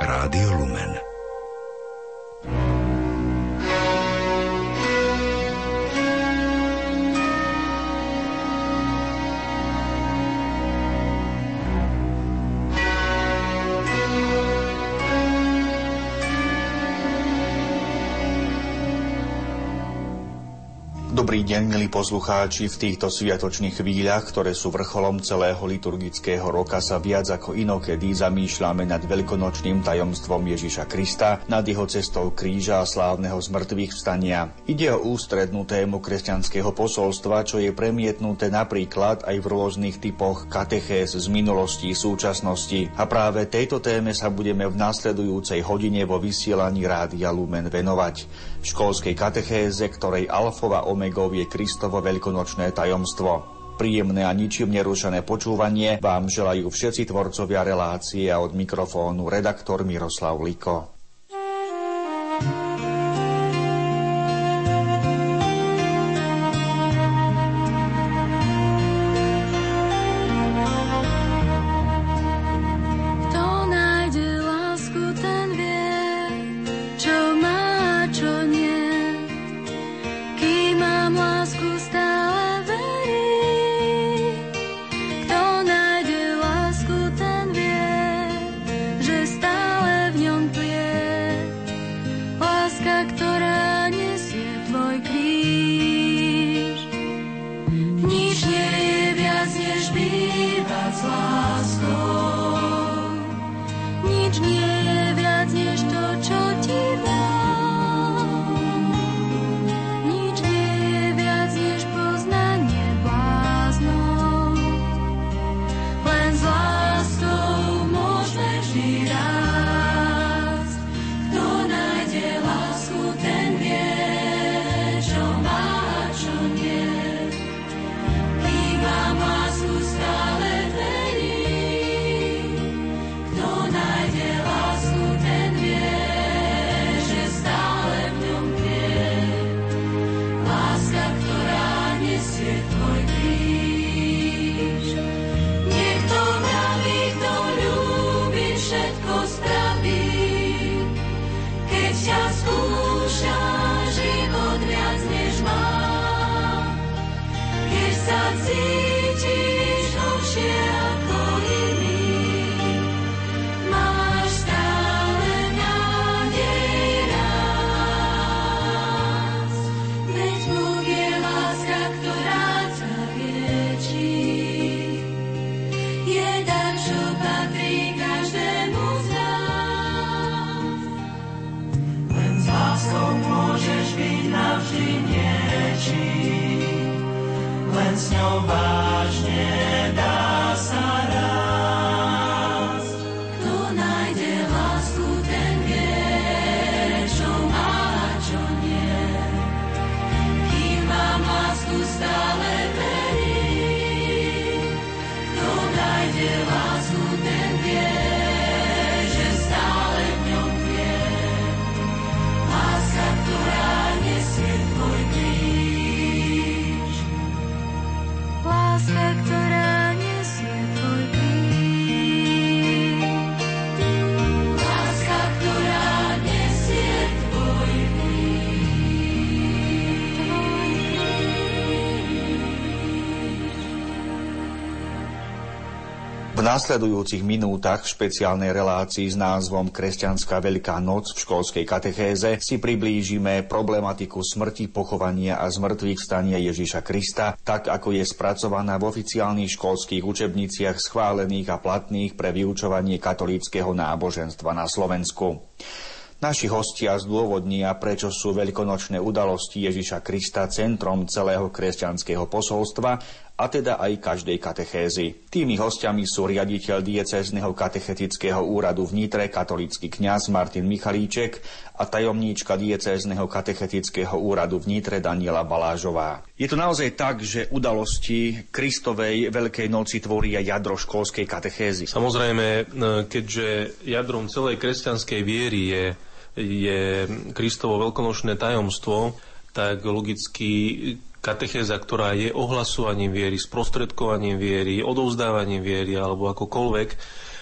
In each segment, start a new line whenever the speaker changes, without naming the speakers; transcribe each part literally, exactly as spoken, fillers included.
Rádio Lumen.
Dobrý deň, milí poslucháči. V týchto sviatočných chvíľach, ktoré sú vrcholom celého liturgického roka, sa viac ako inokedy zamýšľame nad veľkonočným tajomstvom Ježiša Krista, nad jeho cestou kríža a slávneho zmrtvých vstania. Ide o ústrednú tému kresťanského posolstva, čo je premietnuté napríklad aj v rôznych typoch katechéz z minulosti, súčasnosti. A práve tejto téme sa budeme v nasledujúcej hodine vo vysielaní Rádia Lumen venovať. V školskej katechéze, ktorej alfova omegou je Kristovo veľkonočné tajomstvo. Príjemné a ničím nerušené počúvanie vám želajú všetci tvorcovia relácie a od mikrofónu redaktor Miroslav Liko. V nasledujúcich minútach v špeciálnej relácii s názvom Kresťanská Veľká noc v školskej katechéze si priblížime problematiku smrti, pochovania a zmrtvých vstania Ježiša Krista, tak ako je spracovaná v oficiálnych školských učebniciach schválených a platných pre vyučovanie katolíckeho náboženstva na Slovensku. Naši hostia zdôvodnia, prečo sú veľkonočné udalosti Ježiša Krista centrom celého kresťanského posolstva, a teda aj každej katechézy. Tými hostiami sú riaditeľ diecézneho katechetického úradu v Nitre, katolícky kňaz Martin Michalíček a tajomníčka diecézneho katechetického úradu v Nitre Daniela Balážová. Je to naozaj tak, že udalosti Kristovej Veľkej noci tvoria jadro školskej katechézy?
Samozrejme, keďže jadrom celej kresťanskej viery je, je Kristovo veľkonočné tajomstvo, tak logicky katechéza, ktorá je ohlasovaním viery, sprostredkovaním viery, odovzdávaním viery alebo akokoľvek,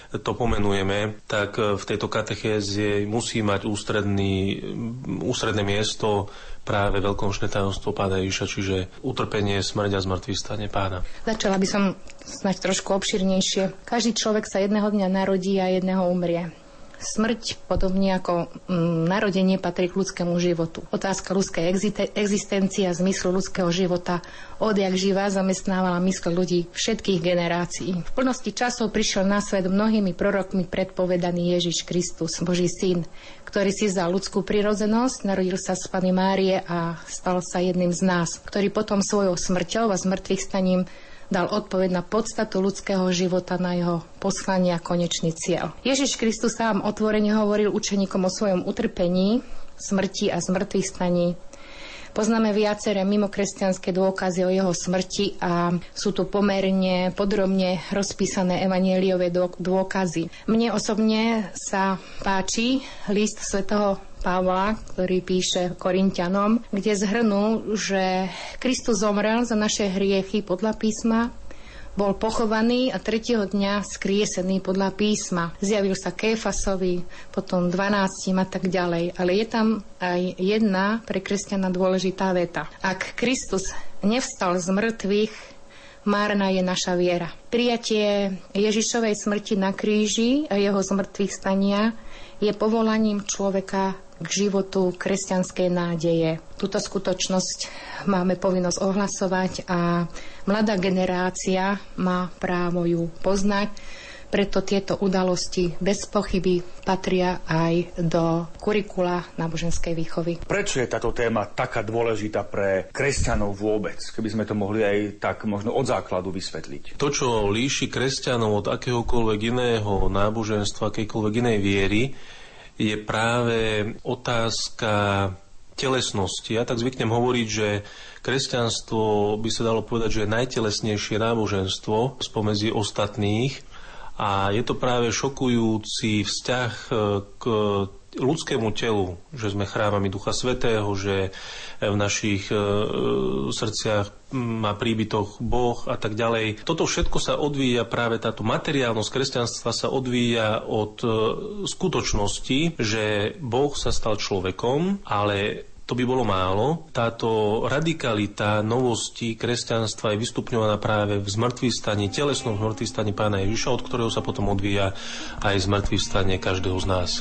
to pomenujeme, tak v tejto katechéze musí mať ústredný, ústredné miesto práve veľkonočné tajomstvo Pána Ježiša, čiže utrpenie, smrť a zmŕtvychvstanie Pána.
Začala by som snáď trošku obširnejšie. Každý človek sa jedného dňa narodí a jedného umrie. Smrť, podobne ako mm, narodenie, patrí k ľudskému životu. Otázka ľudskej existencie a zmyslu ľudského života odjak živa zamestnávala mysl ľudí všetkých generácií. V plnosti časov prišiel na svet mnohými prorokmi predpovedaný Ježiš Kristus, Boží syn, ktorý si vzal ľudskú prirodzenosť, narodil sa z Panny Márie a stal sa jedným z nás, ktorý potom svojou smrťou a zmŕtvychvstaním dal odpoveď na podstatu ľudského života, na jeho poslanie a konečný cieľ. Ježiš Kristus sám otvorene hovoril učeníkom o svojom utrpení, smrti a zmŕtvychvstaní. Poznáme viaceré mimokresťanské dôkazy o jeho smrti a sú tu pomerne podrobne rozpísané evanjeliové dôkazy. Mne osobne sa páči list svätého Pavla, ktorý píše Korinťanom, kde zhrnul, že Kristus zomrel za naše hriechy podľa písma, bol pochovaný a tretieho dňa skriesený podľa písma. Zjavil sa Kéfasovi, potom dvanástim a tak ďalej. Ale je tam aj jedna pre kresťana dôležitá veta. Ak Kristus nevstal z mŕtvych, márna je naša viera. Prijatie Ježišovej smrti na kríži a jeho zmŕtvychvstania je povolaním človeka k životu kresťanskej nádeje. Túto skutočnosť máme povinnosť ohlasovať a mladá generácia má právo ju poznať, preto tieto udalosti bez pochyby patria aj do kurikula náboženskej výchovy.
Prečo je táto téma taká dôležitá pre kresťanov vôbec? Keby sme to mohli aj tak možno od základu vysvetliť.
To, čo líši kresťanov od akéhokoľvek iného náboženstva, akejkoľvek inej viery, je práve otázka telesnosti. Ja tak zvyknem hovoriť, že kresťanstvo by sa dalo povedať, že je najtelesnejšie náboženstvo spomedzi ostatných a je to práve šokujúci vzťah k ľudskému telu, že sme chrámami Ducha Svätého, že v našich e, srdciach má príbytok Boh a tak ďalej. Toto všetko sa odvíja, práve táto materiálnosť kresťanstva sa odvíja od e, skutočnosti, že Boh sa stal človekom, ale to by bolo málo. Táto radikalita novosti kresťanstva je vystupňovaná práve v zmŕtvychvstaní, telesnom zmŕtvychvstaní Pána Ježiša, od ktorého sa potom odvíja aj zmŕtvychvstanie každého z nás.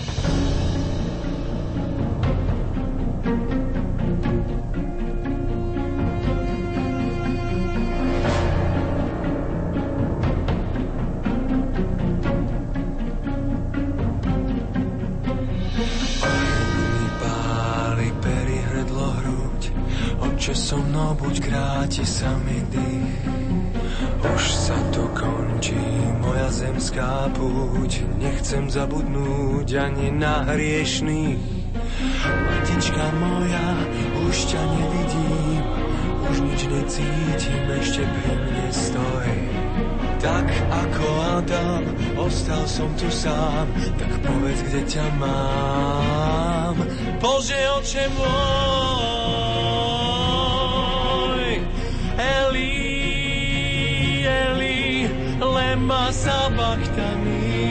So mnou buď kráti sa mi dých. Už sa to končí, moja zemská púť. Nechcem zabudnúť ani na hriešných. Matička moja, už ťa nevidím, už nič necítim, ešte pri mne stoj. Tak ako Adam, ostal som tu sám, tak povedz, kde ťa mám. Bože, oče môj, Eli, Eli, lema sabachthani.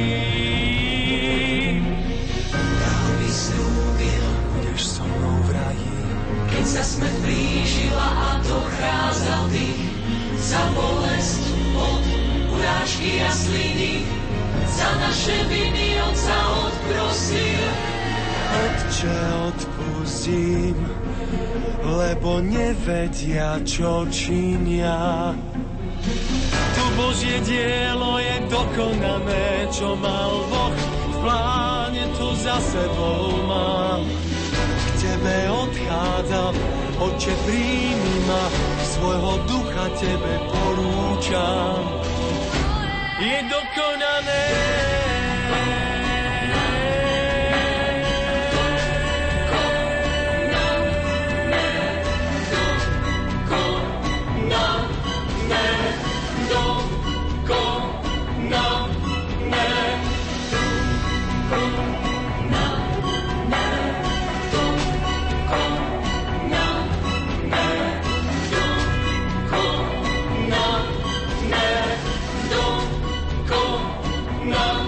Dal mi slúbil,
budeš so mnou v raji,
keď sa smrť blížila a dochádzal dých, za bolesť, pot, urážky a sliny, za naše viny Otca odprosil.
Otče, odpustím, lebo nevedia, čo činia. Tu Božie dielo je dokonané, čo mal Boh v pláne, tu za sebou mám. K Tebe odchádzam, Otče, príjmi ma, svojho ducha Tebe porúčam. Je dokonané.
No.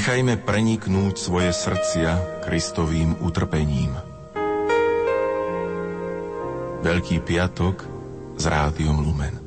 Nechajme preniknúť svoje srdcia Kristovým utrpením. Veľký piatok s Rádiom Lumen.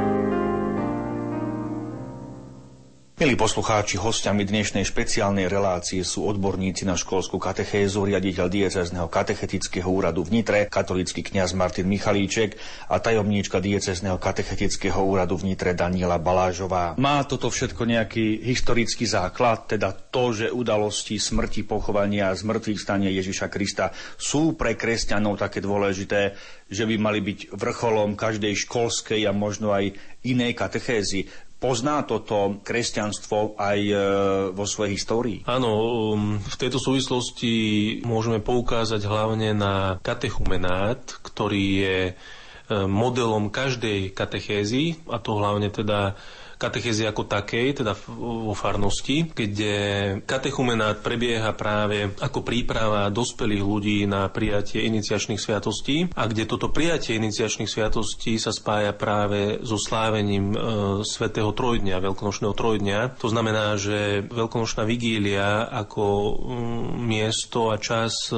Milí poslucháči, hostiami dnešnej špeciálnej relácie sú odborníci na školskú katechézu, riaditeľ diecézneho katechetického úradu v Nitre, katolícky kňaz Martin Michalíček a tajomníčka diecézneho katechetického úradu v Nitre Daniela Balážová. Má toto všetko nejaký historický základ, teda to, že udalosti smrti, pochovania a zmrtvých stania Ježiša Krista sú pre kresťanov také dôležité, že by mali byť vrcholom každej školskej a možno aj inej katechézy. Pozná toto kresťanstvo aj vo svojej histórii?
Áno, v tejto súvislosti môžeme poukázať hlavne na katechumenát, ktorý je modelom každej katechézy, a to hlavne teda katechézy ako takej, teda vo farnosti, kde katechumenát prebieha práve ako príprava dospelých ľudí na prijatie iniciačných sviatostí a kde toto prijatie iniciačných sviatostí sa spája práve so slávením e, svätého trojdňa, veľkonočného trojdňa. To znamená, že veľkonočná vigília ako mm, miesto a čas e,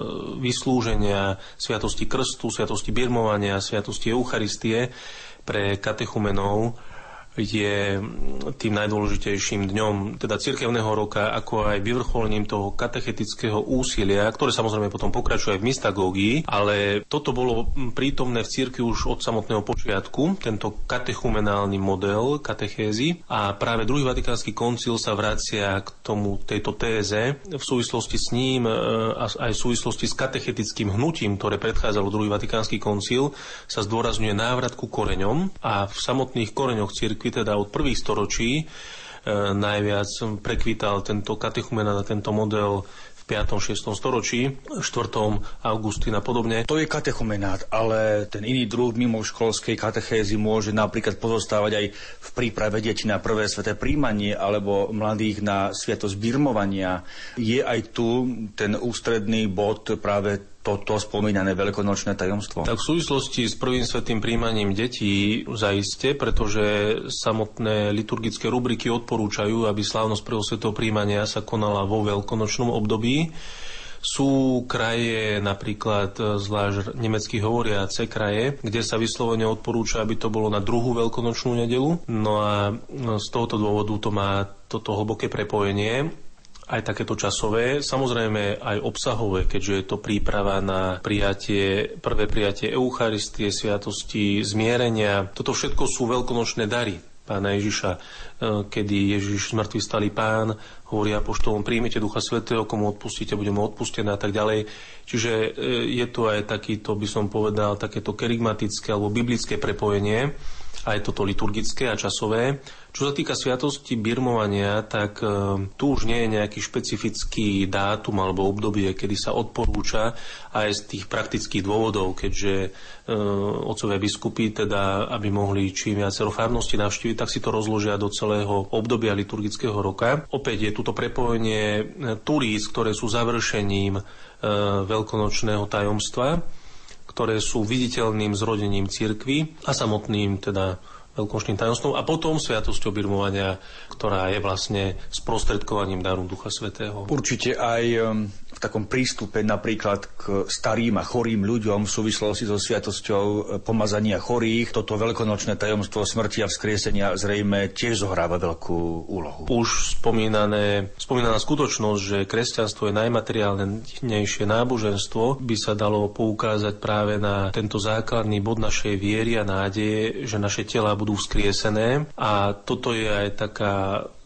vyslúženia sviatosti krstu, sviatosti birmovania, sviatosti Eucharistie pre katechumenov je tým najdôležitejším dňom teda cirkevného roka, ako aj vyvrcholením toho katechetického úsilia, ktoré samozrejme potom pokračuje aj v mystagógii, ale toto bolo prítomné v cirkvi už od samotného počiatku, tento katechumenálny model katechézy, a práve druhý vatikánsky koncil sa vracia k tomu, tejto téze v súvislosti s ním a aj v súvislosti s katechetickým hnutím, ktoré predchádzalo druhý vatikánsky koncil, sa zdôrazňuje návrat ku koreňom a v samotných koreňoch cirkvi, teda od prvých storočí, e, najviac prekvital tento katechumenát a tento model v piatom šiestom storočí, štvrtom Augustín a podobne.
To je katechumenát, ale ten iný druh mimoškolskej katechézy môže napríklad pozostávať aj v príprave detí na prvé sväté príjmanie alebo mladých na sviatosť birmovania. Je aj tu ten ústredný bod práve toto spomínané veľkonočné tajomstvo?
Tak v súvislosti s prvým svätým príjmaním detí zaiste, pretože samotné liturgické rubriky odporúčajú, aby slávnosť prvého svätého príjmania sa konala vo veľkonočnom období. Sú kraje, napríklad zvlášť nemecky hovoriace kraje, kde sa vyslovene odporúča, aby to bolo na druhú veľkonočnú nedeľu. No a z tohoto dôvodu to má toto hlboké prepojenie, aj takéto časové, samozrejme aj obsahové, keďže je to príprava na prijatie, prvé prijatie Eucharistie, sviatosti zmierenia. Toto všetko sú veľkonočné dary Pána Ježiša, kedy Ježiš mŕtvy stalý Pán hovorí apoštolom: príjmite Ducha Svätého, komu odpustíte, bude mu odpustené a tak ďalej. Čiže je tu aj takýto, by som povedal, takéto kerygmatické alebo biblické prepojenie, aj toto liturgické a časové. Čo sa týka sviatosti birmovania, tak e, tu už nie je nejaký špecifický dátum alebo obdobie, kedy sa odporúča, aj z tých praktických dôvodov, keďže e, otcovia biskupy, teda aby mohli čím viacero farnosti navštíviť, tak si to rozložia do celého obdobia liturgického roka. Opäť je tuto prepojenie turíc, ktoré sú završením e, veľkonočného tajomstva, ktoré sú viditeľným zrodením cirkvi a samotným teda veľkonočným tajomstvom a potom sviatosťou birmovania, ktorá je vlastne sprostredkovaním daru Ducha Svätého.
Určite aj v takom prístupe napríklad k starým a chorým ľuďom v súvislosti so sviatosťou pomazania chorých toto veľkonočné tajomstvo smrti a vzkriesenia zrejme tiež zohráva veľkú úlohu.
Už spomínané, spomínaná skutočnosť, že kresťanstvo je najmateriálnejšie náboženstvo, by sa dalo poukázať práve na tento základný bod našej viery a nádeje, že naše telá budú vzkriesené, a toto je aj taká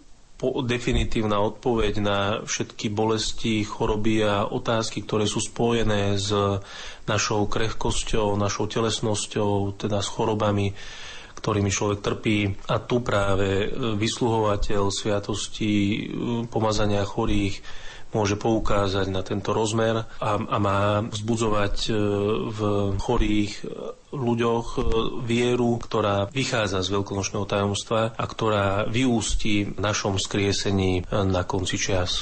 definitívna odpoveď na všetky bolesti, choroby a otázky, ktoré sú spojené s našou krehkosťou, našou telesnosťou, teda s chorobami, ktorými človek trpí. A tu práve vysluhovateľ sviatosti pomazania chorých môže poukázať na tento rozmer a, a má vzbudzovať v chorých ľuďoch vieru, ktorá vychádza z veľkonočného tajomstva a ktorá vyústi v našom skriesení na konci čias.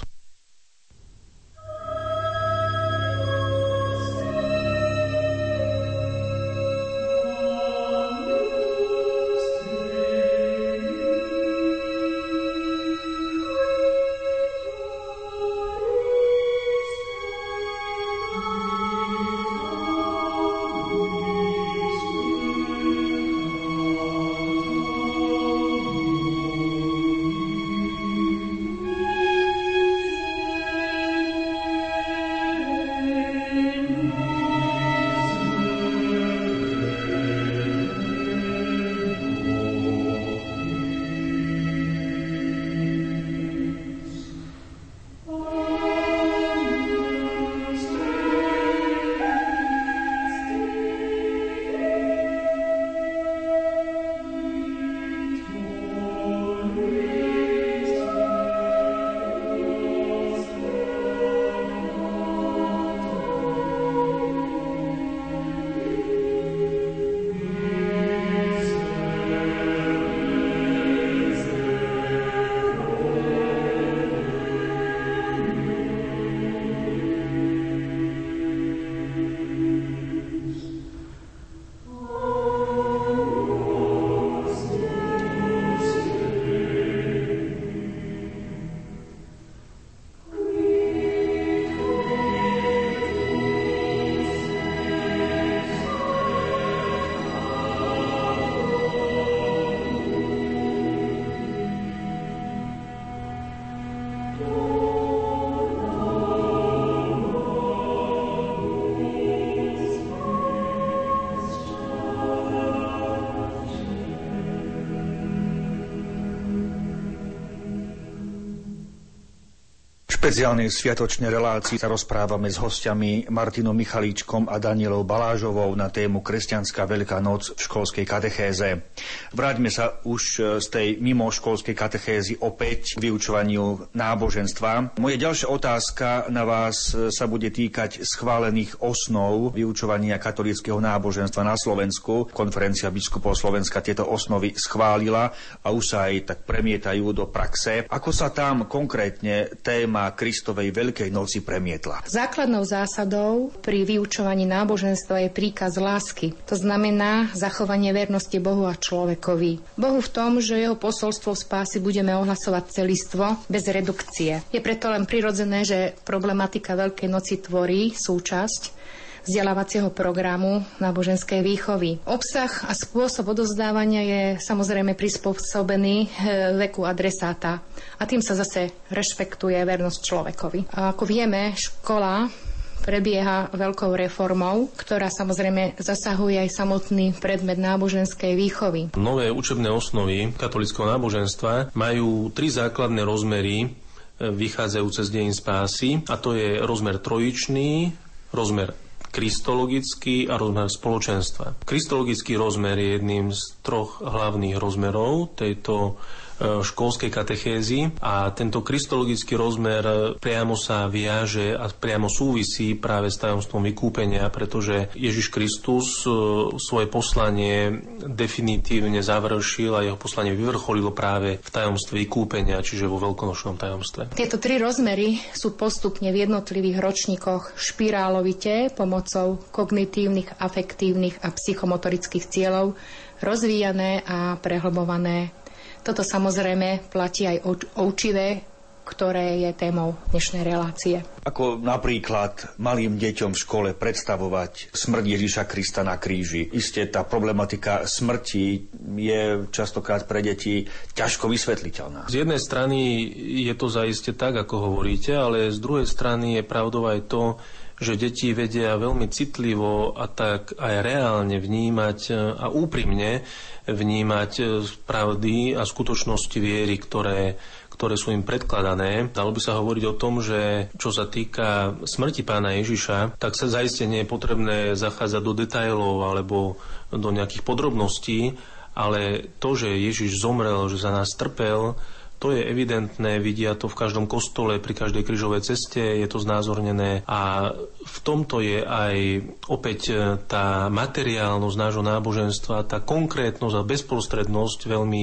špeciálnej sviatočnej relácii sa rozprávame s hostiami Martinom Michalíčkom a Danielou Balážovou na tému Kresťanská Veľká noc v školskej katechéze. Vráťme sa už z tej mimoškolskej katechézy opäť k vyučovaniu náboženstva. Moje ďalšia otázka na vás sa bude týkať schválených osnov vyučovania katolíckeho náboženstva na Slovensku. Konferencia biskupov Slovenska tieto osnovy schválila a už sa aj tak premietajú do praxe. Ako sa tam konkrétne téma Kristovej Veľkej noci premietla?
Základnou zásadou pri vyučovaní náboženstva je príkaz lásky. To znamená zachovanie vernosti Bohu a človekovi. Bohu v tom, že jeho posolstvo spásy budeme ohlasovať celistvo bez redukcie. Je preto len prirodzené, že problematika Veľkej noci tvorí súčasť vzdelávacieho programu náboženskej výchovy. Obsah a spôsob odozdávania je samozrejme prispôsobený veku adresáta a tým sa zase rešpektuje vernosť človekovi. A ako vieme, škola prebieha veľkou reformou, ktorá samozrejme zasahuje aj samotný predmet náboženskej výchovy.
Nové učebné osnovy katolíckeho náboženstva majú tri základné rozmery vychádzajúce z dejín spásy, a to je rozmer trojičný, rozmer kristologický a rozmer spoločenstva. Kristologický rozmer je jedným z troch hlavných rozmerov tejto školskej katechézy a tento kristologický rozmer priamo sa viaže a priamo súvisí práve s tajomstvom vykúpenia, pretože Ježiš Kristus svoje poslanie definitívne završil a jeho poslanie vyvrcholilo práve v tajomstve vykúpenia, čiže vo veľkonočnom tajomstve.
Tieto tri rozmery sú postupne v jednotlivých ročníkoch špirálovite pomocou kognitívnych, afektívnych a psychomotorických cieľov rozvíjané a prehlbované. Toto samozrejme platí aj o učive, ktoré je témou dnešnej relácie.
Ako napríklad malým deťom v škole predstavovať smrť Ježiša Krista na kríži. Isté tá problematika smrti je častokrát pre deti ťažko vysvetliteľná.
Z jednej strany je to zaiste tak, ako hovoríte, ale z druhej strany je pravdou aj to, že deti vedia veľmi citlivo a tak aj reálne vnímať a úprimne vnímať pravdy a skutočnosti viery, ktoré, ktoré sú im predkladané. Dalo by sa hovoriť o tom, že čo sa týka smrti pána Ježiša, tak sa zaiste nie je potrebné zachádzať do detailov alebo do nejakých podrobností, ale to, že Ježiš zomrel, že za nás trpel, to je evidentné, vidia to v každom kostole, pri každej krížovej ceste, je to znázornené a v tomto je aj opäť tá materiálnosť nášho náboženstva, tá konkrétnosť a bezprostrednosť veľmi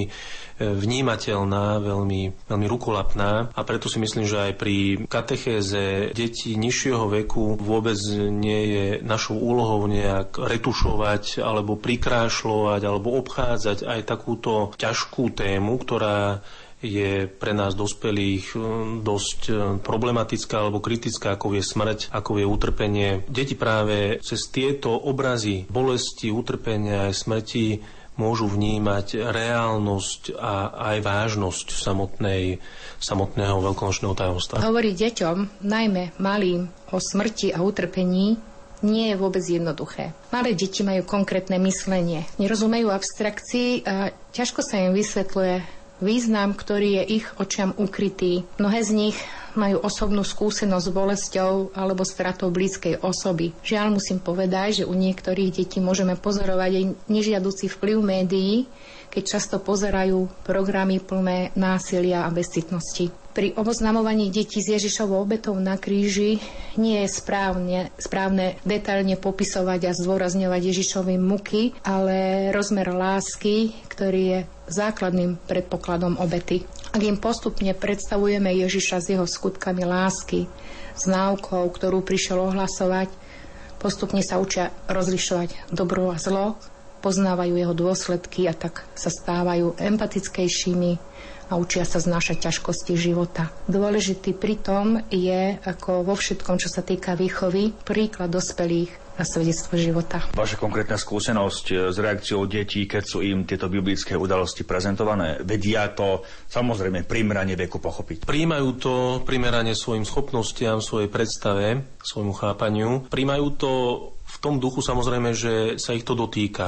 vnímateľná, veľmi, veľmi rukolapná a preto si myslím, že aj pri katechéze detí nižšieho veku vôbec nie je našou úlohou nejak retušovať alebo prikrášľovať alebo obchádzať aj takúto ťažkú tému, ktorá je pre nás dospelých dosť problematická alebo kritická, ako je smrť, ako je utrpenie. Deti práve cez tieto obrazy bolesti, utrpenia aj smrti môžu vnímať reálnosť a aj vážnosť samotnej, samotného veľkonočného tajomstva.
Hovoriť deťom, najmä malým, o smrti a utrpení nie je vôbec jednoduché. Malé deti majú konkrétne myslenie, nerozumejú abstrakcii a ťažko sa im vysvetľuje význam, ktorý je ich očiam ukrytý. Mnohé z nich majú osobnú skúsenosť s bolesťou alebo stratou blízkej osoby. Žiaľ, musím povedať, že u niektorých detí môžeme pozorovať aj nežiaducí vplyv médií, keď často pozerajú programy plné násilia a bezcitnosti. Pri oboznamovaní detí s Ježišovou obetou na kríži nie je správne, správne detailne popisovať a zdôrazňovať Ježišove muky, ale rozmer lásky, ktorý je základným predpokladom obety. Ak im postupne predstavujeme Ježiša s jeho skutkami lásky, s náukou, ktorú prišiel ohlasovať, postupne sa učia rozlišovať dobro a zlo, poznávajú jeho dôsledky a tak sa stávajú empatickejšími a učia sa znášať ťažkosti života. Dôležitý pritom je, ako vo všetkom, čo sa týka výchovy, príklad dospelých a svedectvo života.
Vaša konkrétna skúsenosť s reakciou detí, keď sú im tieto biblické udalosti prezentované, vedia to samozrejme primerane veku pochopiť?
Príjmajú to primerane svojim schopnostiam, svojej predstave, svojmu chápaniu. Príjmajú to v tom duchu samozrejme, že sa ich to dotýka.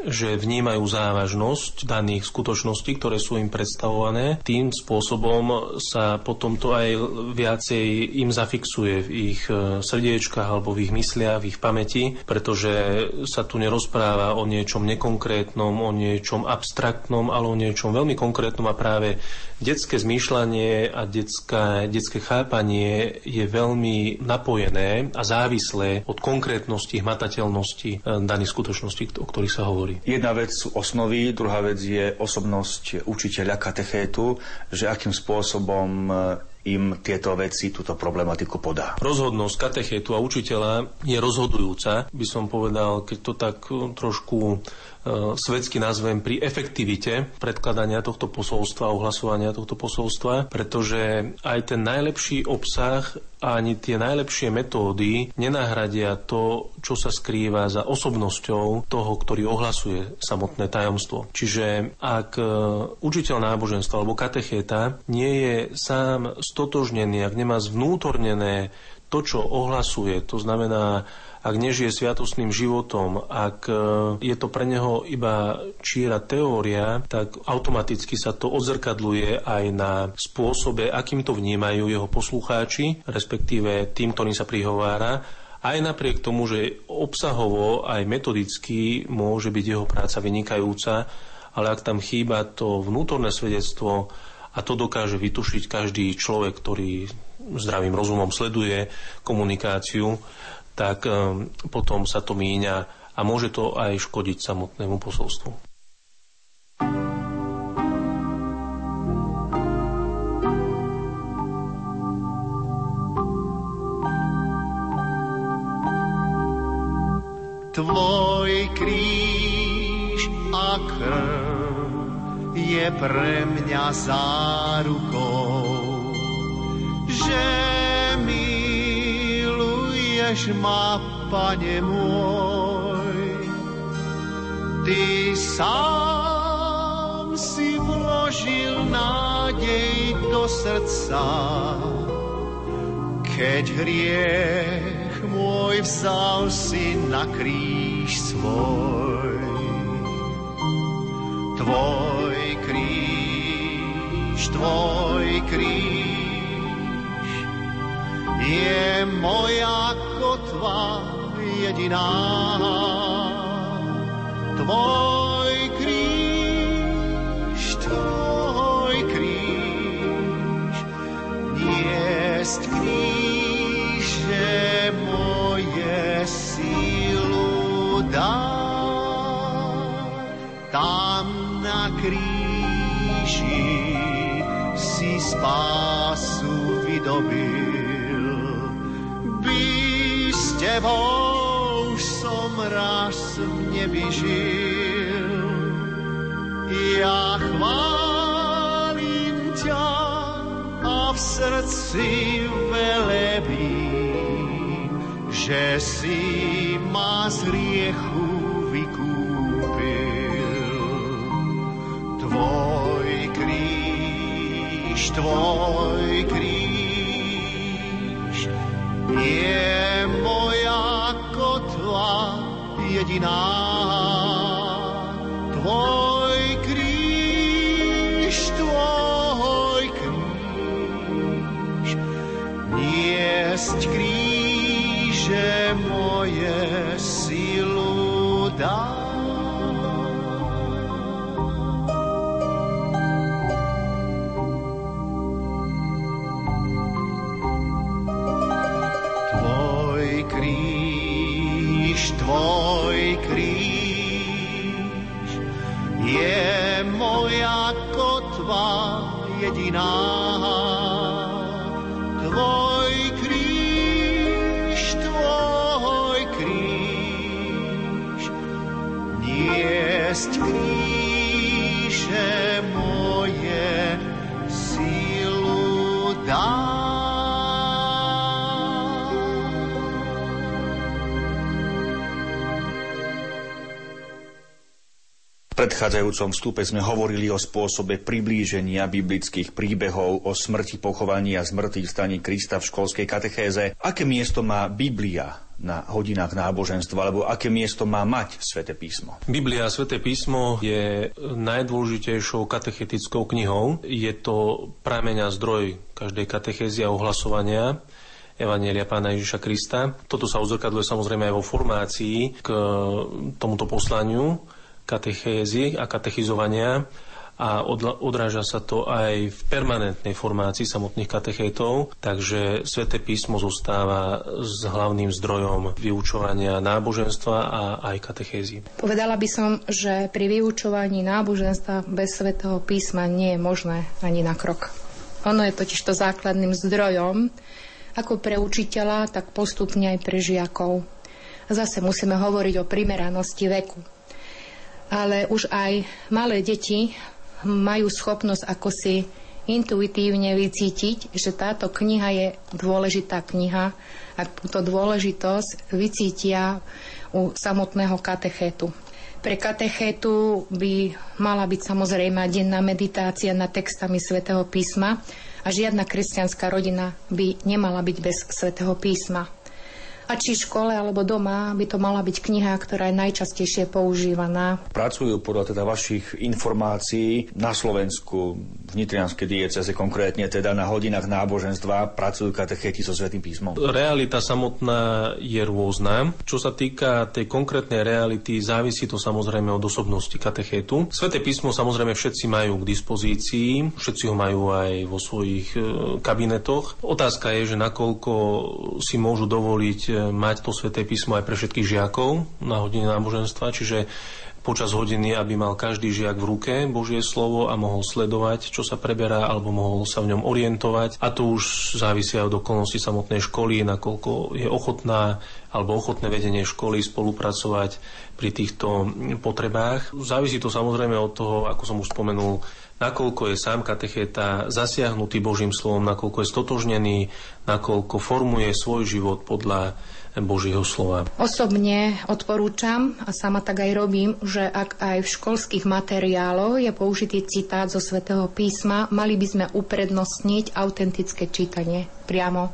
že vnímajú závažnosť daných skutočností, ktoré sú im predstavované. Tým spôsobom sa potom to aj viacej im zafixuje v ich srdiečkách alebo v ich mysliach, v ich pamäti, pretože sa tu nerozpráva o niečom nekonkrétnom, o niečom abstraktnom, ale o niečom veľmi konkrétnom a práve detské zmýšľanie a detská, detské chápanie je veľmi napojené a závislé od konkrétnosti, hmatateľnosti daných skutočností, o ktorých sa hovorí.
Jedna vec sú osnovy, druhá vec je osobnosť učiteľa katechétu, že akým spôsobom im tieto veci, túto problematiku podá.
Rozhodnosť katechétu a učiteľa je rozhodujúca, by som povedal, keď to tak trošku svetsky nazvem, pri efektivite predkladania tohto posolstva, ohlasovania tohto posolstva, pretože aj ten najlepší obsah a ani tie najlepšie metódy nenahradia to, čo sa skrýva za osobnosťou toho, ktorý ohlasuje samotné tajomstvo. Čiže ak učiteľ náboženstva alebo katechéta nie je sám stotožnený, ak nemá zvnútornené to, čo ohlasuje, to znamená, ak nežije sviatostným životom, ak je to pre neho iba číra teória, tak automaticky sa to odzrkadluje aj na spôsobe, akým to vnímajú jeho poslucháči, respektíve tým, ktorým sa prihovára, aj napriek tomu, že obsahovo aj metodicky môže byť jeho práca vynikajúca, ale ak tam chýba to vnútorné svedectvo, a to dokáže vytušiť každý človek, ktorý zdravým rozumom sleduje komunikáciu, tak um, potom sa to míňa a môže to aj škodiť samotnému posolstvu.
Tvoj kríž a krv je pre mňa zárukou, že miluješ ma, Pane môj. Ty sám si vložil nádej do srdca, keď hriech môj vzal si na kríž svoj. Tvoj kríž, tvoj kríž je moja kotva jediná. Tvoj kríž, tvoj kríž, niesť kríže moje sílu dá. Tam na kríži si spásu vydobil, by s tebou som raz v nebi žil. Ja chválim ťa a v srdci velebím, že si ma z hriechu vykúpil. Tvoj kríž, tvoj kríž je moja kotva jediná. Tvoj kríž, tvoj kríž, niesť kríže moje sílu dá. Tvoj kríž je moja kotva jediná. Tvoj kríž, tvoj kríž, niesť kríže moje sílu dá.
V predchádzajúcom vstupe sme hovorili o spôsobe priblíženia biblických príbehov o smrti, pochovaní a zmrtvých staní Krista v školskej katechéze. Aké miesto má Biblia na hodinách náboženstva, alebo aké miesto má mať Sväté písmo?
Biblia a Sväté písmo je najdôležitejšou katechetickou knihou. Je to prameň a zdroj každej katechézy a ohlasovania Evanjelia Pána Ježiša Krista. Toto sa odzrkadluje samozrejme aj vo formácii k tomuto poslaniu katechézy a katechizovania a odráža sa to aj v permanentnej formácii samotných katechétov, takže Sväté písmo zostáva s hlavným zdrojom vyučovania náboženstva a aj katechézy.
Povedala by som, že pri vyučovaní náboženstva bez Svätého písma nie je možné ani na krok. Ono je totiž to základným zdrojom ako pre učiteľa, tak postupne aj pre žiakov. Zase musíme hovoriť o primeranosti veku. Ale už aj malé deti majú schopnosť ako si intuitívne vycítiť, že táto kniha je dôležitá kniha a túto dôležitosť vycítia u samotného katechétu. Pre katechétu by mala byť samozrejme denná meditácia nad textami Svätého písma a žiadna kresťanská rodina by nemala byť bez Svätého písma. A či v škole alebo doma by to mala byť kniha, ktorá je najčastejšie používaná.
Pracujú podľa teda vašich informácií na Slovensku, v nitrianskej diecéze konkrétne, teda na hodinách náboženstva, pracujú katechéti so Svätým písmom?
Realita samotná je rôzna. Čo sa týka tej konkrétnej reality, závisí to samozrejme od osobnosti katechétu. Sväté písmo samozrejme všetci majú k dispozícii, všetci ho majú aj vo svojich kabinetoch. Otázka je, že nakoľko si môžu dovoliť mať to Sväté písmo aj pre všetkých žiakov na hodine náboženstva, čiže počas hodiny, aby mal každý žiak v ruke Božie slovo a mohol sledovať, čo sa preberá, alebo mohol sa v ňom orientovať. A to už závisí aj od okolností samotnej školy, nakoľko je ochotná alebo ochotné vedenie školy spolupracovať pri týchto potrebách. Závisí to samozrejme od toho, ako som už spomenul, nakoľko je sám katechéta zasiahnutý Božím slovom, nakoľko je stotožnený, nakoľko formuje svoj život podľa Božieho slova.
Osobne odporúčam, a sama tak aj robím, že ak aj v školských materiáloch je použitý citát zo Svätého písma, mali by sme uprednostniť autentické čítanie priamo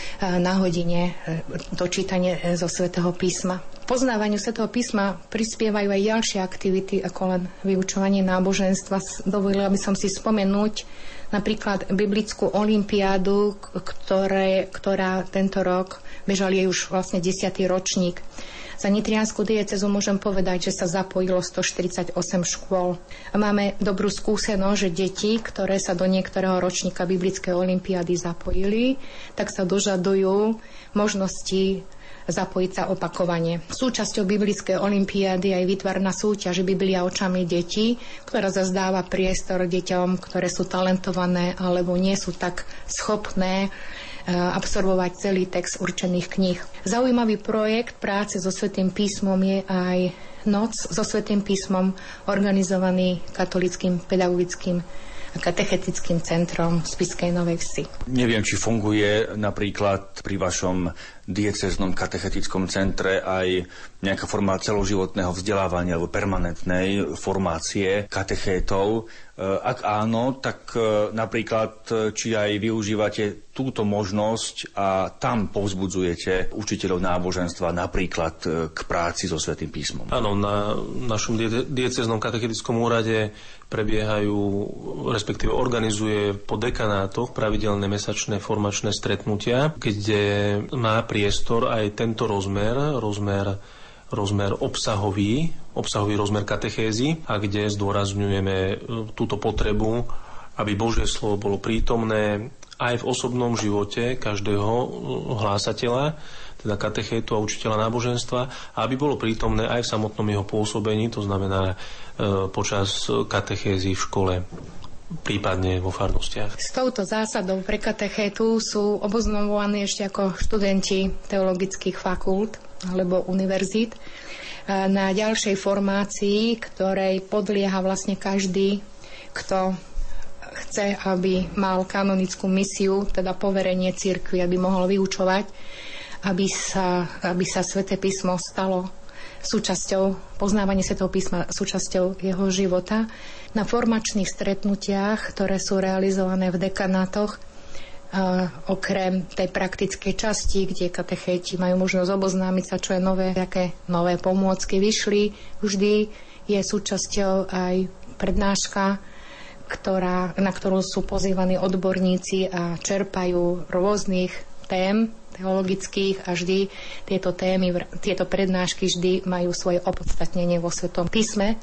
na hodine, to čítanie zo Svätého písma. Poznávaniu Svätého písma prispievajú aj ďalšie aktivity ako len vyučovanie náboženstva. Dovolila by som si spomenúť napríklad biblickú olympiádu, ktoré, ktorá tento rok bežal jej už vlastne desiatý ročník. Za nitriansku diecézu môžem povedať, že sa zapojilo stoštyridsaťosem škôl. A máme dobrú skúsenosť, že deti, ktoré sa do niektorého ročníka biblickej olympiády zapojili, tak sa dožadujú možnosti zapojiť sa opakovane. Súčasťou biblickej olympiády aj výtvarná súťaž Biblia očami detí, ktorá zazdáva priestor deťom, ktoré sú talentované alebo nie sú tak schopné absorbovať celý text určených kníh. Zaujímavý projekt práce so Svätým písmom je aj Noc so Svätým písmom, organizovaný Katolíckym pedagogickým a katechetickým centrom Spišskej Novej Vsi.
Neviem, či funguje napríklad pri vašom diecéznom katechetickom centre aj nejaká forma celoživotného vzdelávania alebo permanentnej formácie katechétov. Ak áno, tak napríklad, či aj využívate túto možnosť a tam povzbudzujete učiteľov náboženstva napríklad k práci so Svätým písmom.
Áno, na našom diecéznom katechetickom úrade prebiehajú, respektíve organizuje po dekanátoch pravidelné mesačné formačné stretnutia, kde má priestor aj tento rozmer, rozmer, rozmer obsahový, obsahový rozmer katechézy, a kde zdôrazňujeme túto potrebu, aby Božie slovo bolo prítomné aj v osobnom živote každého hlásateľa, teda katechétu a učiteľa náboženstva, a aby bolo prítomné aj v samotnom jeho pôsobení, to znamená e, počas katechézy v škole, prípadne vo farnostiach.
S touto zásadou pre katechétu sú oboznamovaní ešte ako študenti teologických fakult alebo univerzít na ďalšej formácii, ktorej podlieha vlastne každý, kto chce, aby mal kanonickú misiu, teda poverenie cirkvi, aby mohol vyučovať, aby sa, aby sa Sväté písmo stalo súčasťou, poznávanie Svätého písma súčasťou jeho života. Na formačných stretnutiach, ktoré sú realizované v dekanátoch, okrem tej praktickej časti, kde katechéti majú možnosť oboznámiť sa, čo je nové, aké nové pomôcky vyšli, vždy je súčasťou aj prednáška, ktorá, na ktorú sú pozývaní odborníci a čerpajú rôznych tém teologických a vždy tieto témy, tieto prednášky vždy majú svoje opodstatnenie vo Svätom písme.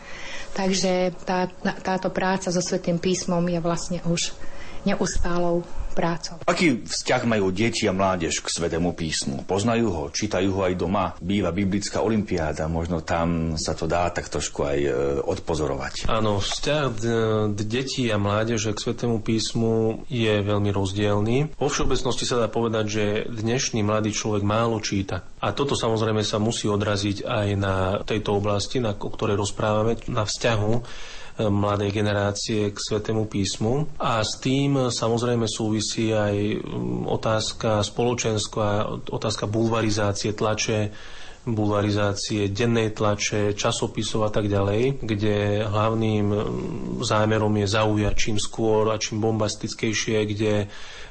Takže tá, táto práca so Svätým písmom je vlastne už neustálou prácou.
Aký vzťah majú deti a mládež k Svätému písmu? Poznajú ho, čítajú ho aj doma? Býva biblická olympiáda, možno tam sa to dá tak trošku aj odpozorovať.
Áno, vzťah detí a mládeže k Svätému písmu je veľmi rozdielny. Vo všeobecnosti sa dá povedať, že dnešný mladý človek málo číta. A toto samozrejme sa musí odraziť aj na tejto oblasti, na, o ktorej rozprávame, na vzťahu mladej generácie k Svätému písmu. A s tým samozrejme súvisí aj otázka spoločenská, otázka bulvarizácie tlače, bulvarizácie dennej tlače, časopisov a tak ďalej, kde hlavným zámerom je zaujať čím skôr a čím bombastickejšie, kde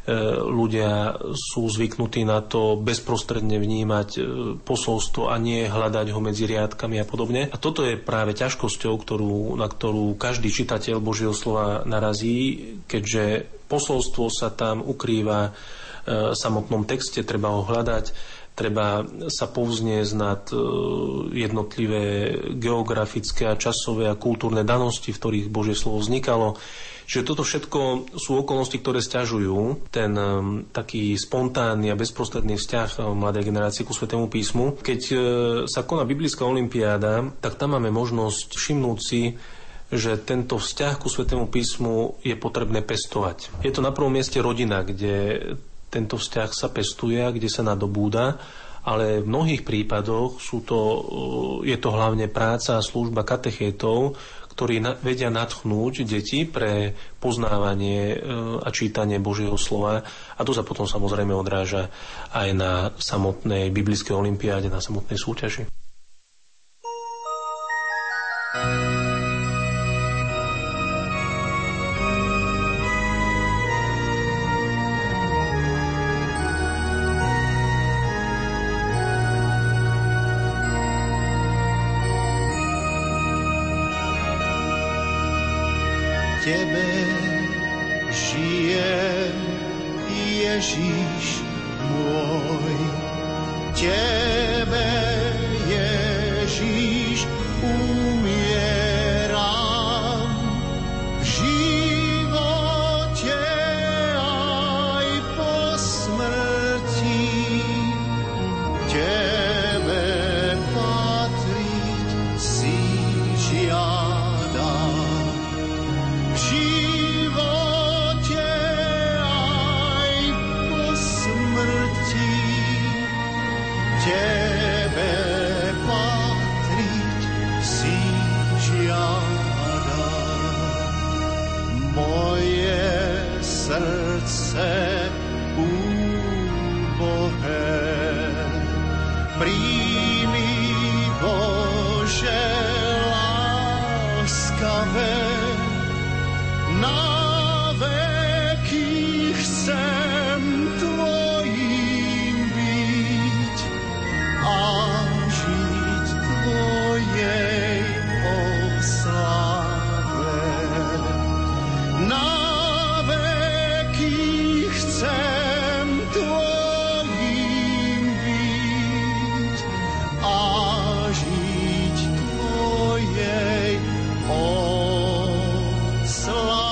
ľudia sú zvyknutí na to bezprostredne vnímať posolstvo a nie hľadať ho medzi riadkami a podobne. A toto je práve ťažkosťou, ktorú, na ktorú každý čitateľ Božieho slova narazí, keďže posolstvo sa tam ukrýva v samotnom texte, treba ho hľadať, treba sa povzniesť nad jednotlivé geografické a časové a kultúrne danosti, v ktorých Božie slovo vznikalo. Čiže toto všetko sú okolnosti, ktoré sťažujú ten um, taký spontánny a bezprostredný vzťah mladej generácie ku Svätému písmu. Keď uh, sa koná biblická olympiáda, tak tam máme možnosť všimnúť si, že tento vzťah ku Svätému písmu je potrebné pestovať. Je to na prvom mieste rodina, kde tento vzťah sa pestuje, kde sa nadobúda, ale v mnohých prípadoch sú to, je to hlavne práca a služba katechétov, ktorí vedia nadchnúť deti pre poznávanie a čítanie Božieho slova. A to sa potom samozrejme odráža aj na samotnej biblickej olympiáde, na samotnej súťaži.
Tebe žijem, Ježíš môj. Tebe, Ježíš, umieram. V živote aj po smrti Tebe patriť si žiadam. Tebe patriť si žiadam. Moje srdce úbohé príjmi, Bože láskavé, na veky chcem Tvojím byť a žiť Tvojej oslave. Na veky chcem Tvojím byť a žiť Tvojej oslave.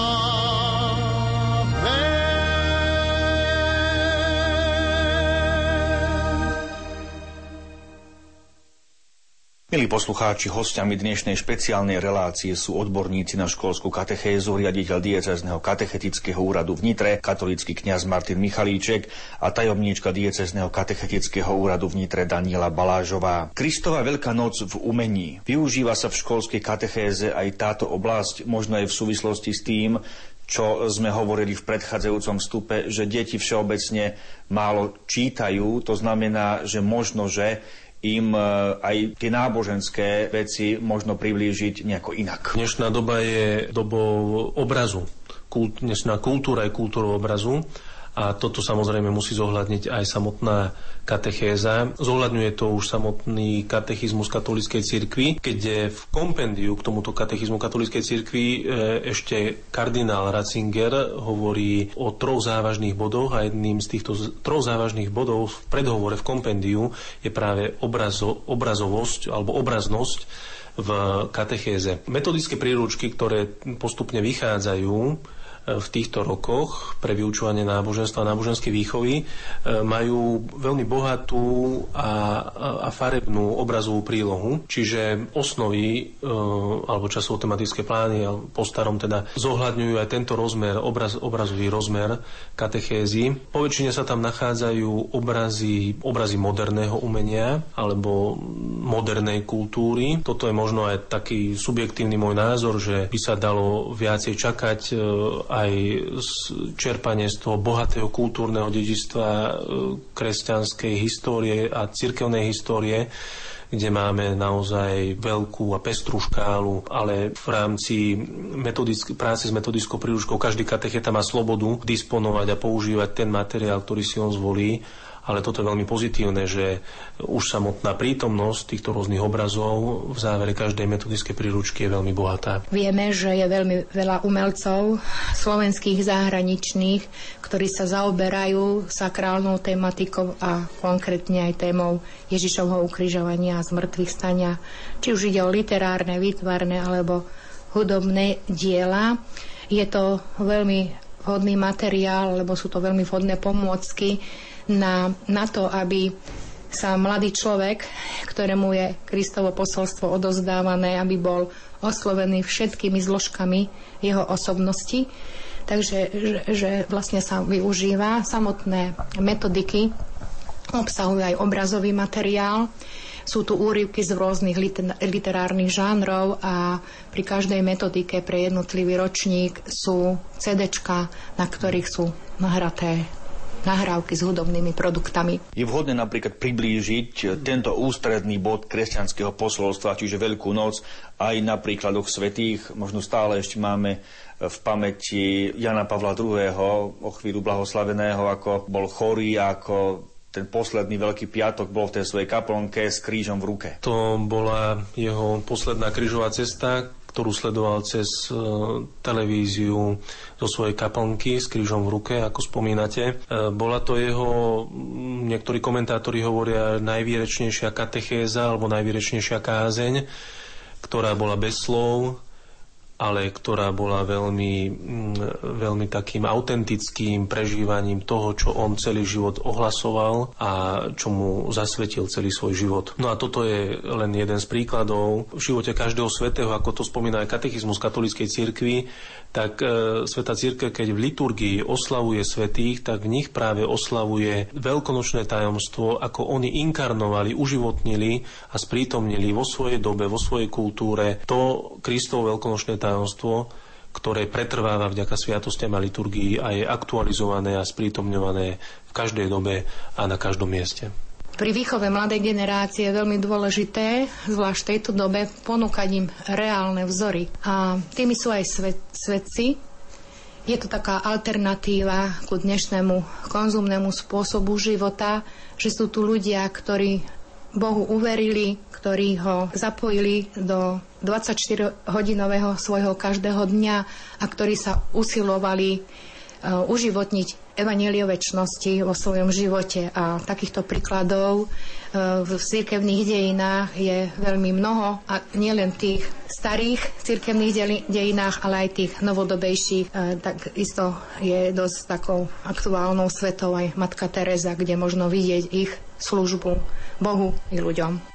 Milí poslucháči, hostiami dnešnej špeciálnej relácie sú odborníci na školskú katechézu, riaditeľ diecézneho katechetického úradu v Nitre, katolícky kňaz Martin Michalíček a tajomníčka diecézneho katechetického úradu v Nitre Daniela Balážová. Kristova Veľká noc v umení. Využíva sa v školskej katechéze aj táto oblasť, možno aj v súvislosti s tým, čo sme hovorili v predchádzajúcom vstupe, že deti všeobecne málo čítajú. To znamená, že možno, že im aj tie náboženské veci možno priblížiť nejako inak.
Dnešná doba je dobou obrazu. Kult, dnešná kultúra je kultúrou obrazu. A toto samozrejme musí zohľadniť aj samotná katechéza. Zohľadňuje to už samotný katechizmus katolíckej cirkvi, keď je v kompendiu k tomuto katechizmu katolíckej cirkvi ešte kardinál Ratzinger hovorí o troch závažných bodoch a jedným z týchto troch závažných bodov v predhovore v kompendiu je práve obrazo, obrazovosť alebo obraznosť v katechéze. Metodické príručky, ktoré postupne vychádzajú v týchto rokoch pre vyučovanie náboženstva a náboženskej výchovy majú veľmi bohatú a, a farebnú obrazovú prílohu, čiže osnovy alebo časovo tematické plány po starom teda zohľadňujú aj tento rozmer, obraz, obrazový rozmer katechézy. Po väčšine sa tam nachádzajú obrazy, obrazy moderného umenia alebo modernej kultúry. Toto je možno aj taký subjektívny môj názor, že by sa dalo viacej čakať aj čerpanie z toho bohatého kultúrneho dedičstva kresťanskej histórie a cirkevnej histórie, kde máme naozaj veľkú a pestrú škálu, ale v rámci metodick- práce s metodickou príručkou každý katecheta má slobodu disponovať a používať ten materiál, ktorý si on zvolí. Ale toto je veľmi pozitívne, že už samotná prítomnosť týchto rôznych obrazov v závere každej metodickej príručky je veľmi bohatá.
Vieme, že je veľmi veľa umelcov slovenských, zahraničných, ktorí sa zaoberajú sakrálnou tematikou a konkrétne aj témou Ježišovho ukrižovania a zmrtvých stania. Či už ide o literárne, výtvarné alebo hudobné diela. Je to veľmi vhodný materiál, lebo sú to veľmi vhodné pomôcky Na, na to, aby sa mladý človek, ktorému je Kristovo posolstvo odozdávané, aby bol oslovený všetkými zložkami jeho osobnosti. Takže že, že vlastne sa využíva samotné metodiky, obsahujú aj obrazový materiál. Sú tu úryvky z rôznych literárnych žánrov a pri každej metodike pre jednotlivý ročník sú cé déčka, na ktorých sú nahraté nahrávky s hudobnými produktami.
Je vhodné napríklad priblížiť tento ústredný bod kresťanského posolstva, čiže Veľkú noc, aj na príkladoch svätých. Možno stále ešte máme v pamäti Jana Pavla druhého., o chvíľu blahoslaveného, ako bol chorý, ako ten posledný Veľký piatok bol v tej svojej kaplnke s krížom v ruke.
To bola jeho posledná krížová cesta, ktorú sledoval cez e, televíziu zo svojej kaplnky s krížom v ruke, ako spomínate. E, bola to jeho, niektorí komentátori hovoria, najvýrečnejšia katechéza alebo najvýrečnejšia kázeň, ktorá bola bez slov, ale ktorá bola veľmi, veľmi takým autentickým prežívaním toho, čo on celý život ohlasoval a čo mu zasvetil celý svoj život. No a toto je len jeden z príkladov. V živote každého svätého, ako to spomína aj katechizmus katolíckej cirkvi, tak e, Svätá cirkev, keď v liturgii oslavuje svätých, tak v nich práve oslavuje veľkonočné tajomstvo, ako oni inkarnovali, uživotnili a sprítomnili vo svojej dobe, vo svojej kultúre to Kristovo veľkonočné tajomstvo, ktoré pretrváva vďaka sviatostiam a liturgii a je aktualizované a sprítomňované v každej dobe a na každom mieste.
Pri výchove mladej generácie je veľmi dôležité, zvlášť v tejto dobe, ponúkať im reálne vzory. A tými sú aj svet, svetci. Je to taká alternatíva ku dnešnému konzumnému spôsobu života, že sú tu ľudia, ktorí Bohu uverili, ktorí ho zapojili do dvadsaťštyrihodinového svojho každého dňa a ktorí sa usilovali uh, uživotniť evanjelie večnosti vo svojom živote. A takýchto príkladov uh, v cirkevných dejinách je veľmi mnoho a nielen tých starých cirkevných dejinách, ale aj tých novodobejších. Uh, tak isto je dosť takou aktuálnou svetou aj Matka Teresa, kde možno vidieť ich službu Bohu i ľuďom.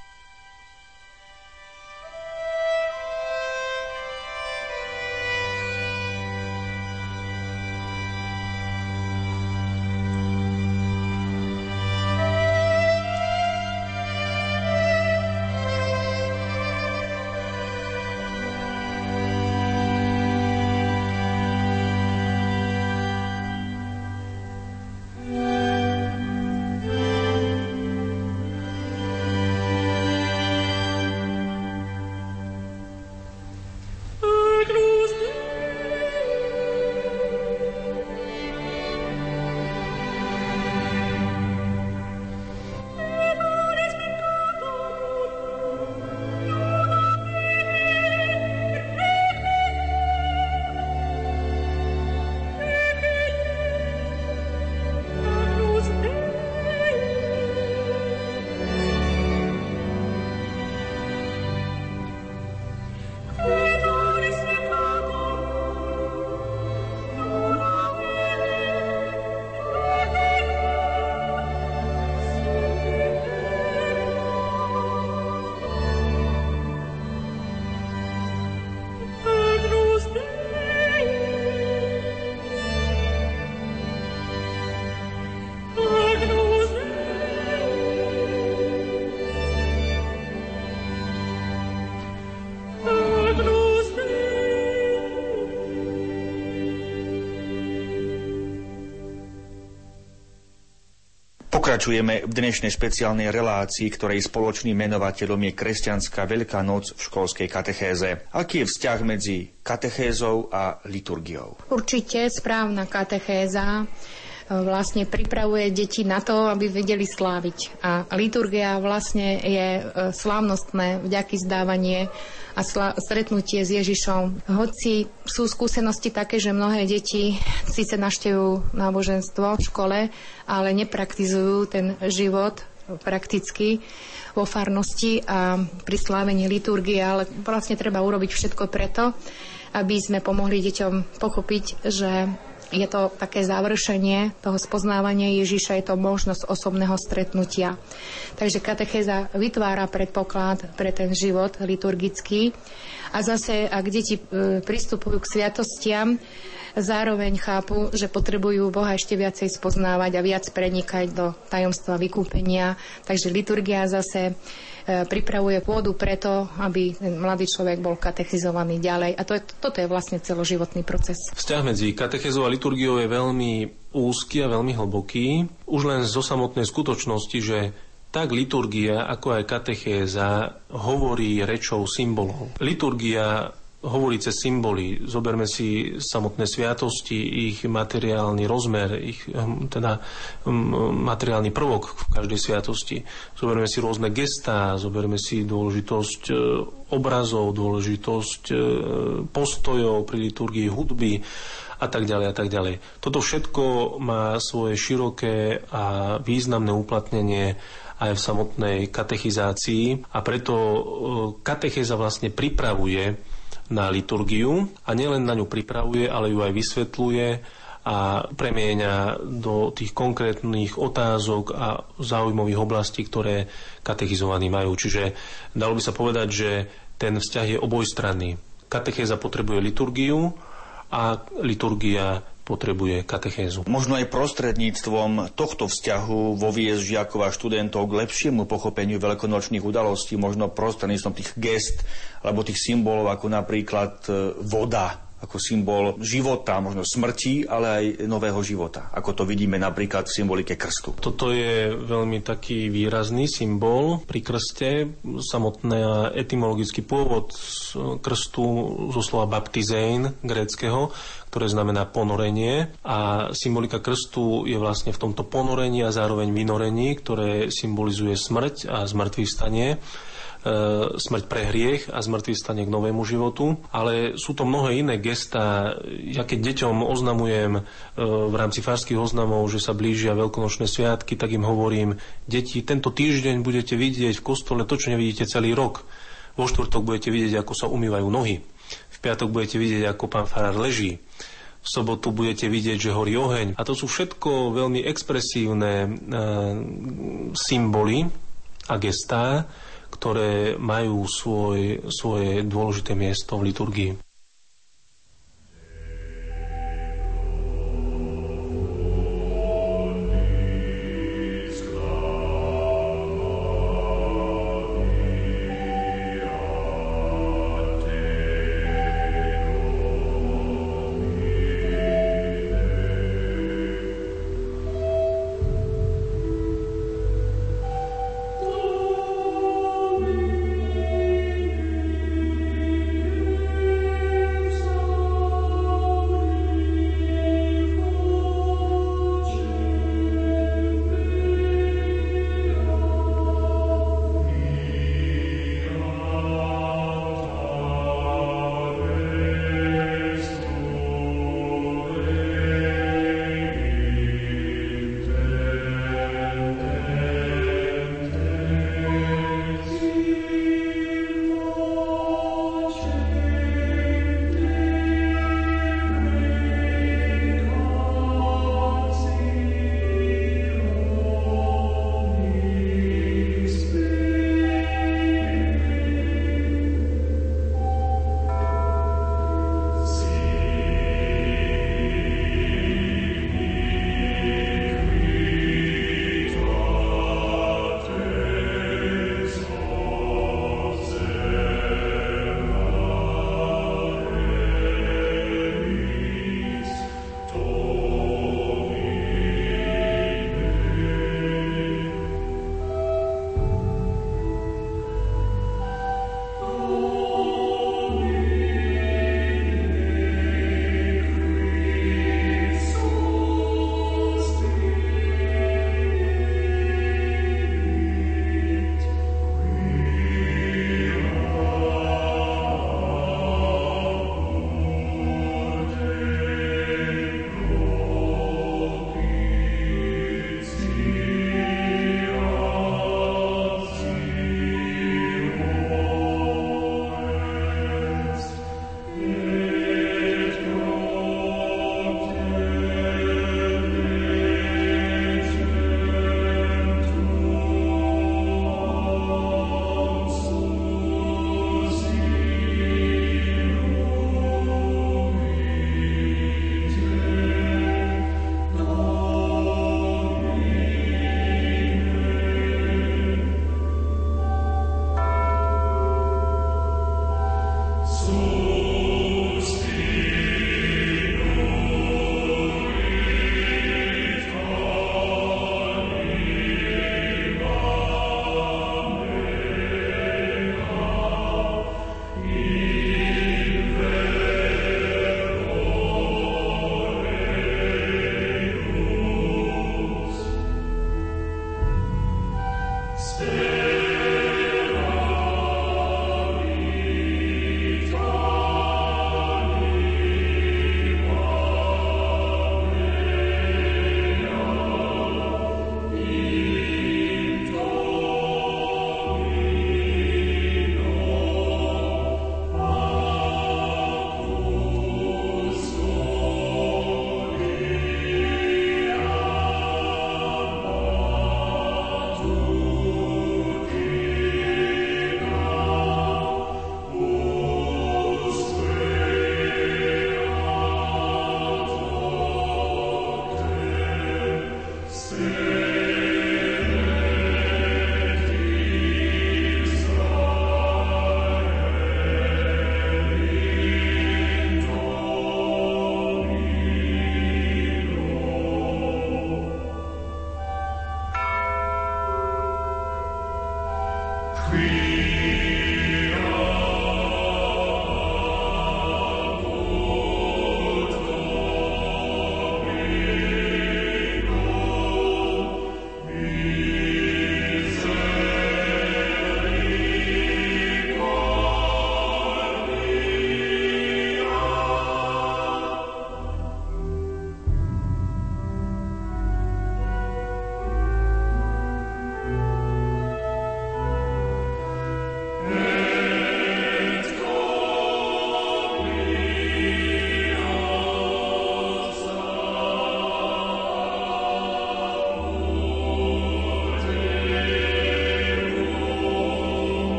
Pokračujeme v dnešnej špeciálnej relácii, ktorej spoločným menovateľom je kresťanská Veľká noc v školskej katechéze. Aký je vzťah medzi katechézou a liturgiou?
Určite správna katechéza vlastne pripravuje deti na to, aby vedeli sláviť. A liturgia vlastne je slávnostné vďaky zdávanie a sla- stretnutie s Ježišom. Hoci sú skúsenosti také, že mnohé deti síce navštevujú náboženstvo v škole, ale nepraktizujú ten život prakticky vo farnosti a pri slávení liturgie, ale vlastne treba urobiť všetko preto, aby sme pomohli deťom pochopiť, že je to také završenie toho spoznávania Ježiša, je to možnosť osobného stretnutia. Takže katechéza vytvára predpoklad pre ten život liturgický. A zase, ak deti pristupujú k sviatostiam, zároveň chápu, že potrebujú Boha ešte viacej spoznávať a viac prenikať do tajomstva vykúpenia. Takže liturgia zase pripravuje pôdu preto, aby ten mladý človek bol katechizovaný ďalej. A to je, toto je vlastne celoživotný proces.
Vzťah medzi katechézou a liturgiou je veľmi úzky a veľmi hlboký. Už len zo samotnej skutočnosti, že tak liturgia, ako aj katechéza hovorí rečou symbolov. Liturgia hovorí cez symboly. Zoberme si samotné sviatosti, ich materiálny rozmer, ich teda materiálny prvok v každej sviatosti. Zoberme si rôzne gestá, zoberme si dôležitosť obrazov, dôležitosť postojov pri liturgii, hudby a tak ďalej a tak ďalej. Toto všetko má svoje široké a významné uplatnenie aj v samotnej katechizácii a preto katechéza vlastne pripravuje na liturgiu a nielen na ňu pripravuje, ale ju aj vysvetľuje a premieňa do tých konkrétnych otázok a záujmových oblastí, ktoré katechizovaní majú. Čiže dalo by sa povedať, že ten vzťah je obojstranný. Katechéza potrebuje liturgiu a liturgia potrebuje katechézu.
Možno aj prostredníctvom tohto vzťahu voviesť žiakov a študentov k lepšiemu pochopeniu veľkonočných udalostí, možno prostredníctvom tých gest alebo tých symbolov, ako napríklad voda, ako symbol života, možno smrti, ale aj nového života. Ako to vidíme napríklad v symbolike krstu.
Toto je veľmi taký výrazný symbol pri krste. Samotný etymologický pôvod krstu zo slova baptizein gréckeho, ktoré znamená ponorenie. A symbolika krstu je vlastne v tomto ponorení a zároveň vynorení, ktoré symbolizuje smrť a zmŕtvychvstanie. Smrť pre hriech a zmŕtvychvstanie k novému životu. Ale sú to mnohé iné gestá. Ja keď deťom oznamujem v rámci farských oznamov, že sa blížia veľkonočné sviatky, tak im hovorím: deti, tento týždeň budete vidieť v kostole to, čo nevidíte celý rok. Vo štvrtok budete vidieť, ako sa umývajú nohy. V piatok budete vidieť, ako pán farár leží. V sobotu budete vidieť, že horí oheň. A to sú všetko veľmi expresívne e, symboly a gestá, ktoré majú svoj, svoje dôležité miesto v liturgii.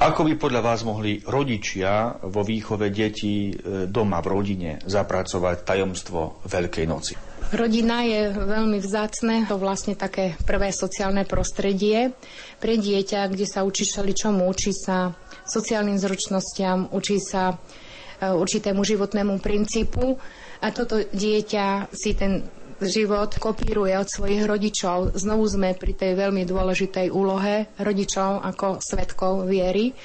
Ako by podľa vás mohli rodičia vo výchove detí doma v rodine zapracovať tajomstvo Veľkej noci?
Rodina je veľmi vzácne, to vlastne také prvé sociálne prostredie pre dieťa, kde sa učí všeličomu, učí sa sociálnym zručnostiam, učí sa určitému životnému princípu a toto dieťa si ten život kopíruje od svojich rodičov. Znovu sme pri tej veľmi dôležitej úlohe rodičov ako svedkov viery.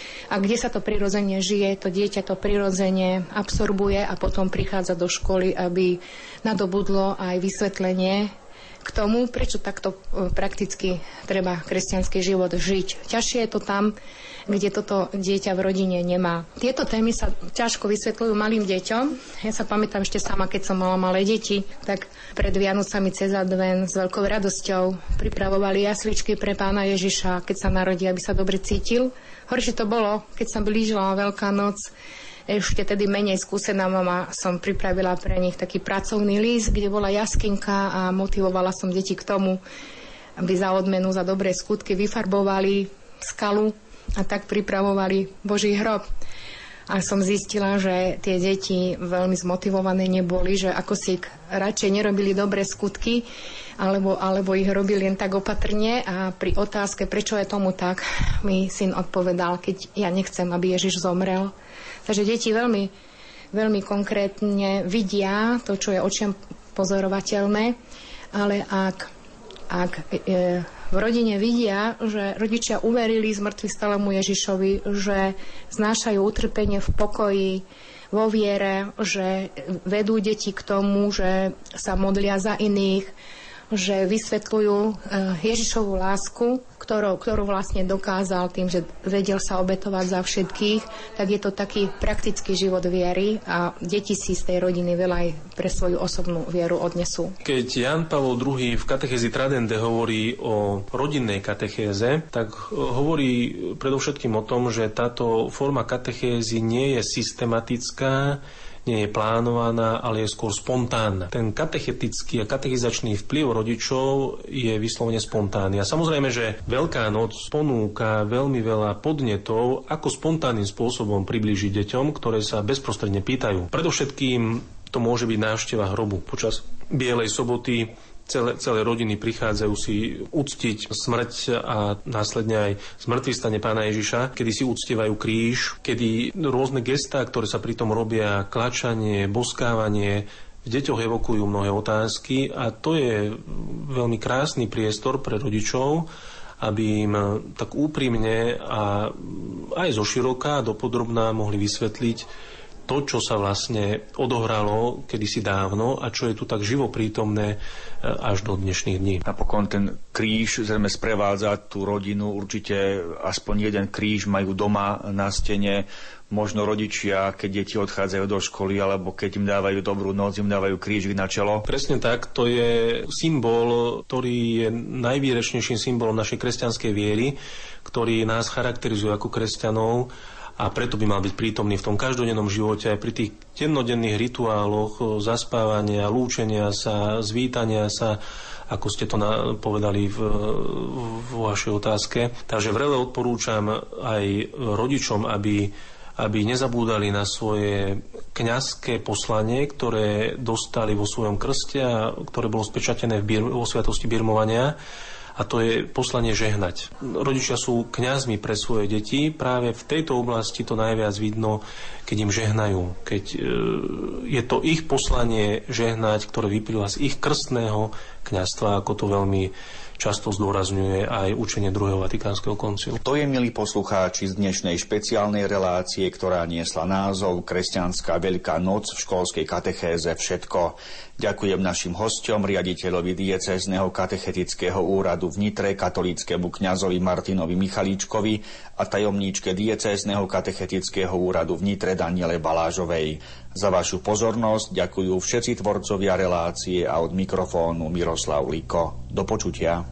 A kde sa to prirodzene žije, to dieťa to prirodzene absorbuje a potom prichádza do školy, aby nadobudlo aj vysvetlenie k tomu, prečo takto prakticky treba kresťanský život žiť. Ťažšie je to tam, kde toto dieťa v rodine nemá. Tieto témy sa ťažko vysvetľujú malým deťom. Ja sa pamätám ešte sama, keď som mala malé deti, tak pred Vianocami cez advent s veľkou radosťou pripravovali jasličky pre Pána Ježiša, keď sa narodí, aby sa dobre cítil. Horšie to bolo, keď sa blížila Veľká noc. Ešte tedy menej skúsená mama, som pripravila pre nich taký pracovný list, kde bola jaskinka a motivovala som deti k tomu, aby za odmenu, za dobré skutky vyfarbovali skalu a tak pripravovali Boží hrob. A som zistila, že tie deti veľmi zmotivované neboli, že ako si radšej nerobili dobré skutky, alebo, alebo ich robili len tak opatrne. A pri otázke, prečo je tomu tak, mi syn odpovedal, keď ja nechcem, aby Ježiš zomrel. Takže deti veľmi, veľmi konkrétne vidia to, čo je očiam pozorovateľné, ale ak, ak e, v rodine vidia, že rodičia uverili zmŕtvychvstalému Ježišovi, že znášajú utrpenie v pokoji, vo viere, že vedú deti k tomu, že sa modlia za iných, že vysvetľujú Ježišovu lásku, ktorú, ktorú vlastne dokázal tým, že vedel sa obetovať za všetkých, tak je to taký praktický život viery a deti si z tej rodiny veľa aj pre svoju osobnú vieru odnesú.
Keď Ján Pavol druhý v katechézi Tradende hovorí o rodinnej katechéze, tak hovorí predovšetkým o tom, že táto forma katechézy nie je systematická, nie je plánovaná, ale je skôr spontánna. Ten katechetický a katechizačný vplyv rodičov je vyslovene spontánny. A samozrejme, že Veľká noc ponúka veľmi veľa podnetov, ako spontánnym spôsobom priblížiť deťom, ktoré sa bezprostredne pýtajú. Predovšetkým to môže byť návšteva hrobu. Počas Bielej soboty Celé, celé rodiny prichádzajú si uctiť smrť a následne aj zmŕtvychvstanie Pána Ježiša, kedy si uctievajú kríž, kedy rôzne gestá, ktoré sa pritom robia, klačanie, boskávanie, v deťoch evokujú mnohé otázky a to je veľmi krásny priestor pre rodičov, aby im tak úprimne a aj zoširoka a dopodrobná mohli vysvetliť to, čo sa vlastne odohralo kedysi dávno a čo je tu tak živo prítomné až do dnešných dní.
Napokon ten kríž zrejme sprevádza tú rodinu, určite aspoň jeden kríž majú doma na stene, možno rodičia, keď deti odchádzajú do školy, alebo keď im dávajú dobrú noc, im dávajú krížik na čelo.
Presne tak, to je symbol, ktorý je najvýrečnejším symbolom našej kresťanskej viery, ktorý nás charakterizuje ako kresťanov. A preto by mal byť prítomný v tom každodennom živote aj pri tých dennodenných rituáloch zaspávania, lúčenia sa, zvítania sa, ako ste to na, povedali v, vo vašej otázke. Takže vrele odporúčam aj rodičom, aby, aby nezabúdali na svoje kňazské poslanie, ktoré dostali vo svojom krste a ktoré bolo spečatené v bir, vo sviatosti birmovania. A to je poslanie žehnať. Rodičia sú kňazmi pre svoje deti. Práve v tejto oblasti to najviac vidno, keď im žehnajú. Keď je to ich poslanie žehnať, ktoré vyplýva z ich krstného kňazstva, ako to veľmi často zdôrazňuje aj učenie druhého Vatikánskeho koncilu.
To je, milí poslucháči, z dnešnej špeciálnej relácie, ktorá niesla názov Kresťanská Veľká noc v školskej katechéze všetko. Ďakujem našim hosťom, riaditeľovi diecézneho katechetického úradu v Nitre, katolíckemu kňazovi Martinovi Michalíčkovi a tajomníčke diecézneho katechetického úradu v Nitre Daniele Balážovej. Za vašu pozornosť ďakujú všetci tvorcovia relácie a od mikrofónu Miroslav Liko. Do počutia.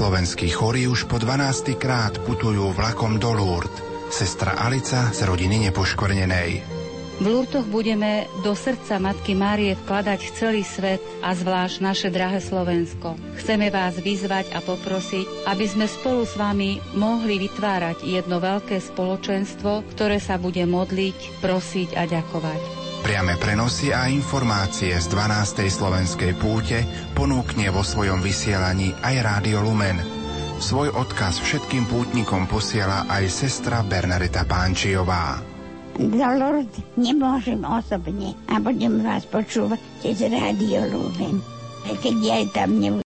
Slovenskí chorí už po dvanásty krát putujú vlakom do Lourdes. Sestra Alica z rodiny Nepoškvrnenej.
V Lurtoch budeme do srdca Matky Márie vkladať celý svet a zvlášť naše drahé Slovensko. Chceme vás vyzvať a poprosiť, aby sme spolu s vami mohli vytvárať jedno veľké spoločenstvo, ktoré sa bude modliť, prosiť a ďakovať.
Priame prenosy a informácie z dvanástej slovenskej púte ponúkne vo svojom vysielaní aj Rádio Lumen. Svoj odkaz všetkým pútnikom posiela aj sestra Bernadeta Pánčiová.
Do Lourdes nemôžem osobne a budem vás počúvať cez Rádio Lumen. Keď ja tam nebudem.